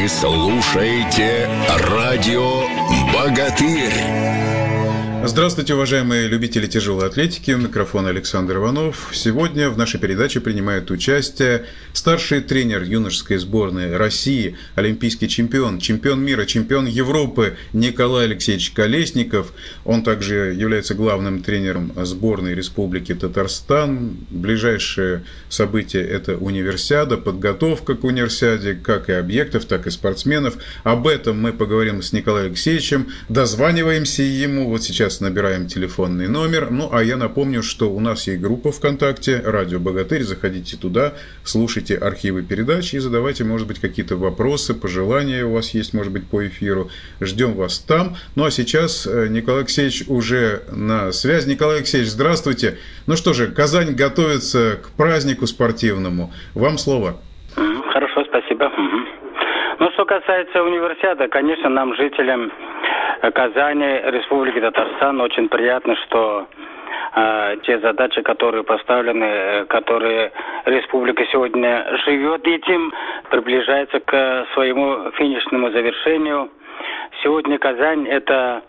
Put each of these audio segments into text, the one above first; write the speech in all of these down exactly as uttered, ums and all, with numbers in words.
слушаете радио «Богатырь». Здравствуйте, уважаемые любители тяжелой атлетики. У микрофона Александр Иванов. Сегодня в нашей передаче принимает участие старший тренер юношеской сборной России, олимпийский чемпион, чемпион мира, чемпион Европы Николай Алексеевич Колесников. Он также является главным тренером сборной Республики Татарстан. Ближайшие события – это универсиада, подготовка к универсиаде, как и объектов, так и спортсменов. Об этом мы поговорим с Николаем Алексеевичем. Дозваниваемся ему. Вот сейчас набираем телефонный номер. Ну, а я напомню, что у нас есть группа ВКонтакте «Радио Богатырь». Заходите туда, слушайте архивы передач и задавайте, может быть, какие-то вопросы, пожелания у вас есть, может быть, по эфиру. Ждем вас там. Ну, а сейчас Николай Алексеевич уже на связи. Николай Алексеевич, здравствуйте. Ну что же, Казань готовится к празднику спортивному. Вам слово. Хорошо, спасибо. Ну, что касается универсиады, конечно, нам, жителям Казани, Республики Татарстан, очень приятно, что э, те задачи, которые поставлены, которые республика сегодня живет этим, приближается к своему финишному завершению. Сегодня Казань, это,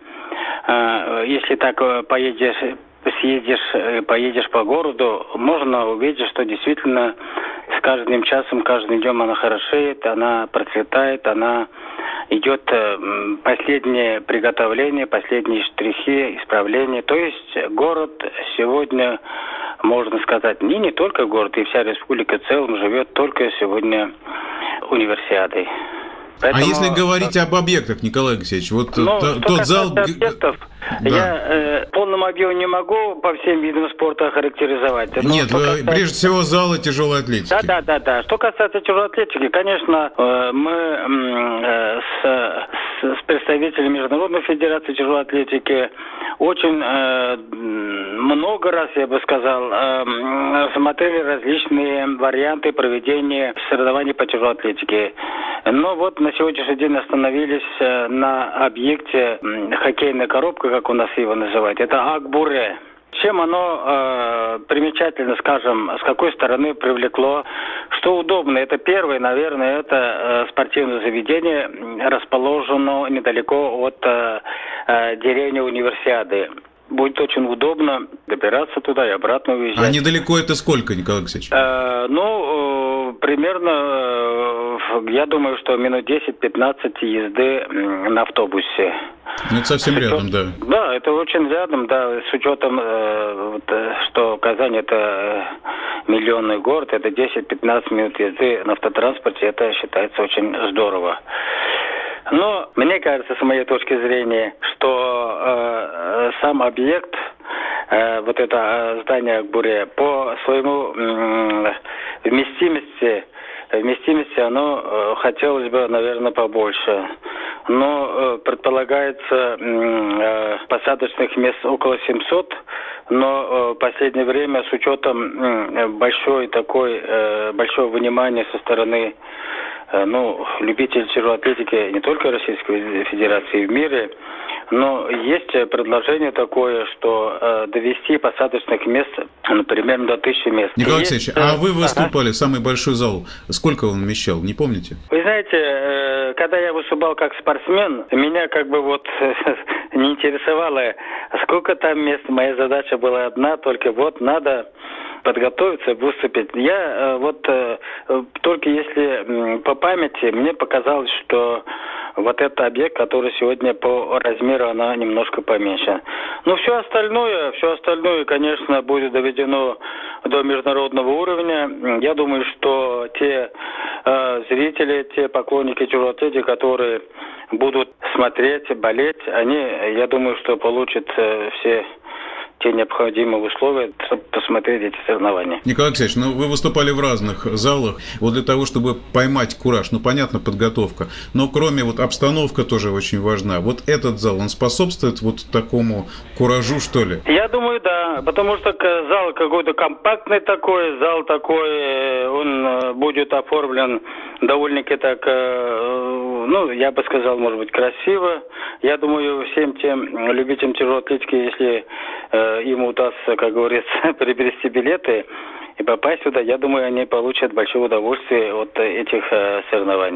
э, если так поедешь, съедешь, поедешь по городу, можно увидеть, что действительно с каждым часом, каждым днем она хорошеет, она процветает, она идет последнее приготовление, последние штрихи, исправления. То есть город сегодня, можно сказать, не, не только город, и вся республика в целом живет только сегодня универсиадой. Поэтому... А если говорить об объектах, Николай Алексеевич, вот ну, т- тот зал... Объектов, да. Я э, в полном объеме не могу по всем видам спорта характеризовать. Но Нет, касается... прежде всего залы тяжелой атлетики. Да, да, да, да. Что касается тяжелой атлетики, конечно, э, мы э, с, с, с представителями Международной Федерации тяжелой атлетики очень э, много раз, я бы сказал, э, рассмотрели различные варианты проведения соревнований по тяжелой атлетике. Но вот на сегодняшний день остановились на объекте хоккейная коробка, как у нас его называют. Это Ак-Буре. Чем оно э, примечательно, скажем, с какой стороны привлекло, что удобно. Это первое, наверное, это э, спортивное заведение, расположено недалеко от э, э, деревни Универсиады. Будет очень удобно добираться туда и обратно уезжать. А недалеко это сколько, Николай Алексеевич? Э, ну, э, примерно, э, я думаю, что минут десять-пятнадцать езды на автобусе. Ну, это совсем учет... рядом, да. Да, это очень рядом, да, с учетом, э, вот, что Казань это миллионный город, это десять-пятнадцать минут езды на автотранспорте, это считается очень здорово. Но мне кажется, с моей точки зрения, что э, сам объект, э, вот это здание Ак-Буре, по своему э, вместимости, вместимости оно э, хотелось бы, наверное, побольше. Но э, предполагается э, посадочных мест около семьсот, но э, в последнее время с учетом э, большой такой, э, большого внимания со стороны ну, любители тяжелой атлетики не только Российской Федерации, в мире, но есть предложение такое, что э, довести посадочных мест, ну, примерно до тысячи мест. Николай есть... Алексеевич, а вы выступали, ага. Самый большой зал, сколько он вмещал, не помните? Вы знаете, э, когда я выступал как спортсмен, меня как бы вот не интересовало, сколько там мест. Моя задача была одна, только вот надо подготовиться, выступить. Я э, вот э, только если э, по памяти мне показалось, что вот этот объект, который сегодня по размеру, она немножко поменьше. Но все остальное, все остальное, конечно, будет доведено до международного уровня. Я думаю, что те э, зрители, те поклонники тяжелой атлетики, которые будут смотреть, болеть, они, я думаю, что получат э, все те необходимые условия, чтобы посмотреть эти соревнования. Николай Алексеевич, ну вы выступали в разных залах, вот для того, чтобы поймать кураж, ну понятно, подготовка, но кроме вот обстановка тоже очень важна. Вот этот зал, он способствует вот такому куражу, что ли? Я думаю, да, потому что зал какой-то компактный такой, зал такой, он будет оформлен довольно-таки так, ну, я бы сказал, может быть, красиво. Я думаю, всем тем любителям тяжелой атлетики, если им удастся, как говорится, приобрести билеты и попасть сюда, я думаю, они получат большое удовольствие от этих соревнований.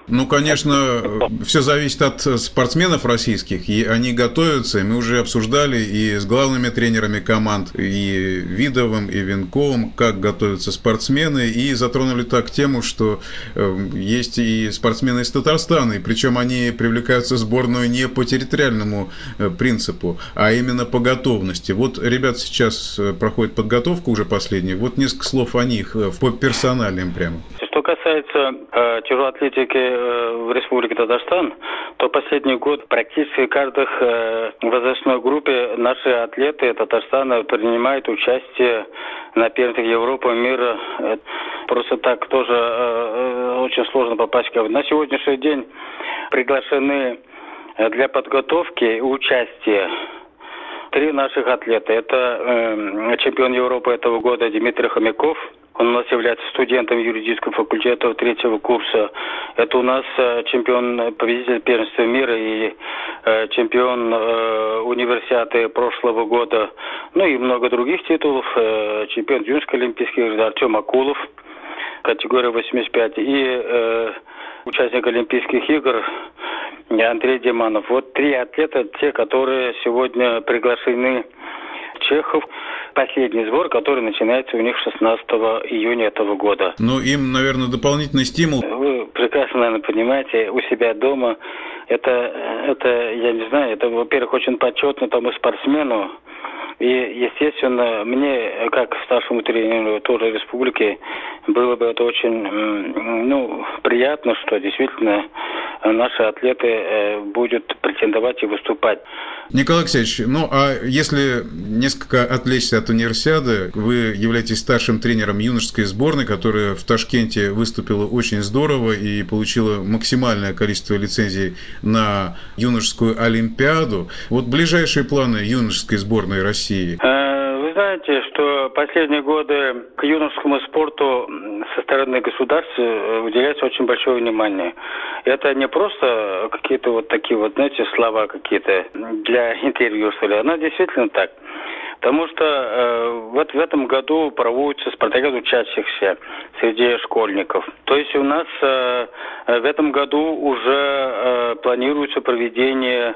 Ну, конечно, все зависит от спортсменов российских, и они готовятся, и мы уже обсуждали и с главными тренерами команд, и Видовым, и Венковым, как готовятся спортсмены, и затронули так тему, что есть и спортсмены из Татарстана, и причем они привлекаются в сборную не по территориальному принципу, а именно по готовности. Вот ребята сейчас проходят подготовку уже последнюю, вот несколько слов о них, по персоналиям прямо. Что касается э, тяжелой атлетики э, в Республике Татарстан, то последний год практически в каждой э, возрастной группе наши атлеты Татарстана принимают участие на первенствах Европы, мира. Э, просто так тоже э, очень сложно попасть. На сегодняшний день приглашены для подготовки и участия три наших атлета. Это э, чемпион Европы этого года Дмитрий Хомяков. Он у нас является студентом юридического факультета третьего курса. Это у нас э, чемпион, победитель первенства мира и э, чемпион э, универсиады прошлого года. Ну и много других титулов. Э, чемпион юношеских олимпийских игр Артем Акулов, категория восемьдесят пять. И э, участник Олимпийских игр Андрей Деманов. Вот три атлета, те, которые сегодня приглашены в Чехов. Последний сбор, который начинается у них шестнадцатого июня этого года. Ну, им, наверное, дополнительный стимул. Вы прекрасно, наверное, понимаете, у себя дома, это, это я не знаю, это, во-первых, очень почетно тому спортсмену. И, естественно, мне, как старшему тренеру тоже республики, было бы это очень, ну, приятно, что действительно наши атлеты будут претендовать и выступать. Николай Алексеевич, ну а если несколько отвлечься от универсиады, вы являетесь старшим тренером юношеской сборной, которая в Ташкенте выступила очень здорово и получила максимальное количество лицензий на юношескую олимпиаду. Вот ближайшие планы юношеской сборной России? Вы знаете, что последние годы к юношескому спорту со стороны государства уделяется очень большое внимание. Это не просто какие-то вот такие вот, знаете, слова какие-то для интервью, что ли. Она действительно так. Потому что э, вот в этом году проводится спартакиада учащихся среди школьников. То есть у нас э, в этом году уже э, планируется проведение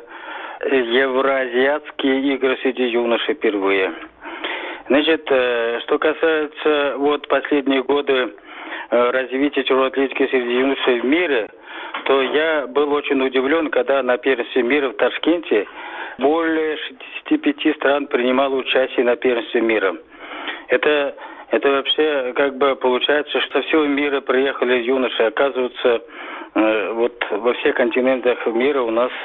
Евразиатские игры среди юношей впервые. Значит, э, что касается вот последние годы э, развития тяжелой атлетики среди юношей в мире, то я был очень удивлен, когда на первенстве мира в Ташкенте более шестьдесят пять стран принимало участие на первенстве мира. Это, это вообще как бы получается, что со всего мира приехали юноши. Оказывается, э, вот во всех континентах мира у нас,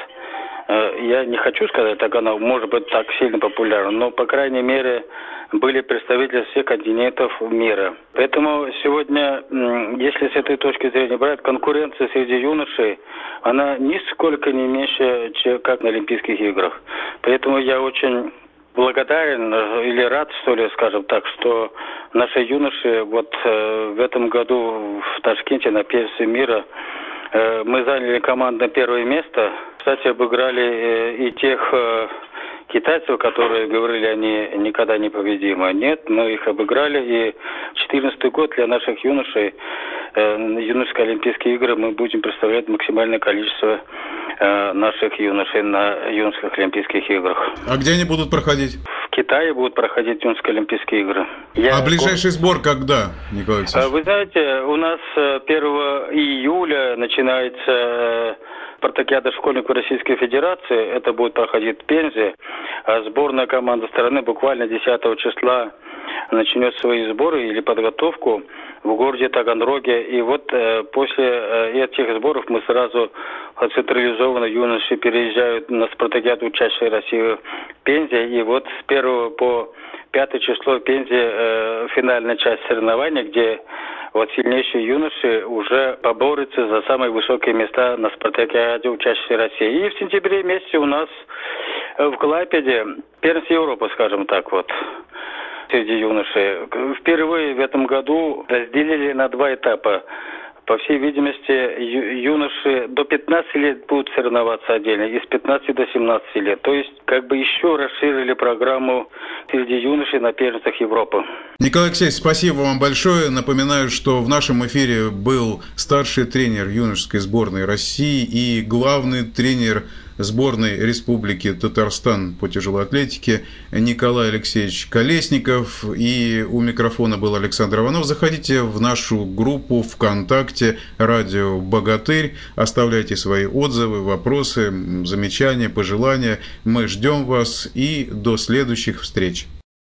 э, я не хочу сказать, так она может быть так сильно популярна, но, по крайней мере, были представители всех континентов мира. Поэтому сегодня, если с этой точки зрения брать, конкуренция среди юношей, она нисколько не меньше, чем как на Олимпийских играх. Поэтому я очень благодарен или рад, что ли, скажем так, что наши юноши вот э, в этом году в Ташкенте на первенстве мира э, мы заняли командное первое место. Кстати, обыграли э, и тех э, китайцев, которые говорили, они никогда не победимы. Нет, мы их обыграли, и две тысячи четырнадцатый год для наших юношей, э, юношеские Олимпийские игры, мы будем представлять максимальное количество э, наших юношей на юношеских Олимпийских играх. А где они будут проходить? В Китае будут проходить юношеские Олимпийские игры. Я а ближайший сбор когда, Николай Алексеевич? Вы знаете, у нас первого июля начинается спартакиада школьников Российской Федерации. Это будет проходить в Пензе. А сборная команда страны буквально десятого числа начнет свои сборы или подготовку в городе Таганроге. И вот э, после э, этих сборов мы сразу централизованно юноши переезжают на спартакиаду учащей России в Пензе. И вот с первого по пятое число в Пензе э, финальная часть соревнований, где вот сильнейшие юноши уже поборются за самые высокие места на спартакиаде учащейся России. И в сентябре месяце у нас в Клайпеде первенство Европы, скажем так вот, среди юношей. Впервые в этом году разделили на два этапа По всей видимости, ю- юноши до пятнадцати лет будут соревноваться отдельно, и с пятнадцати до семнадцати лет. То есть, как бы еще расширили программу среди юношей на первенствах Европы. Николай Алексеевич, спасибо вам большое. Напоминаю, что в нашем эфире был старший тренер юношеской сборной России и главный тренер сборной Республики Татарстан по тяжелой атлетике Николай Алексеевич Колесников. И у микрофона был Александр Иванов. Заходите в нашу группу ВКонтакте «Радио Богатырь». Оставляйте свои отзывы, вопросы, замечания, пожелания. Мы ждем вас и до следующих встреч.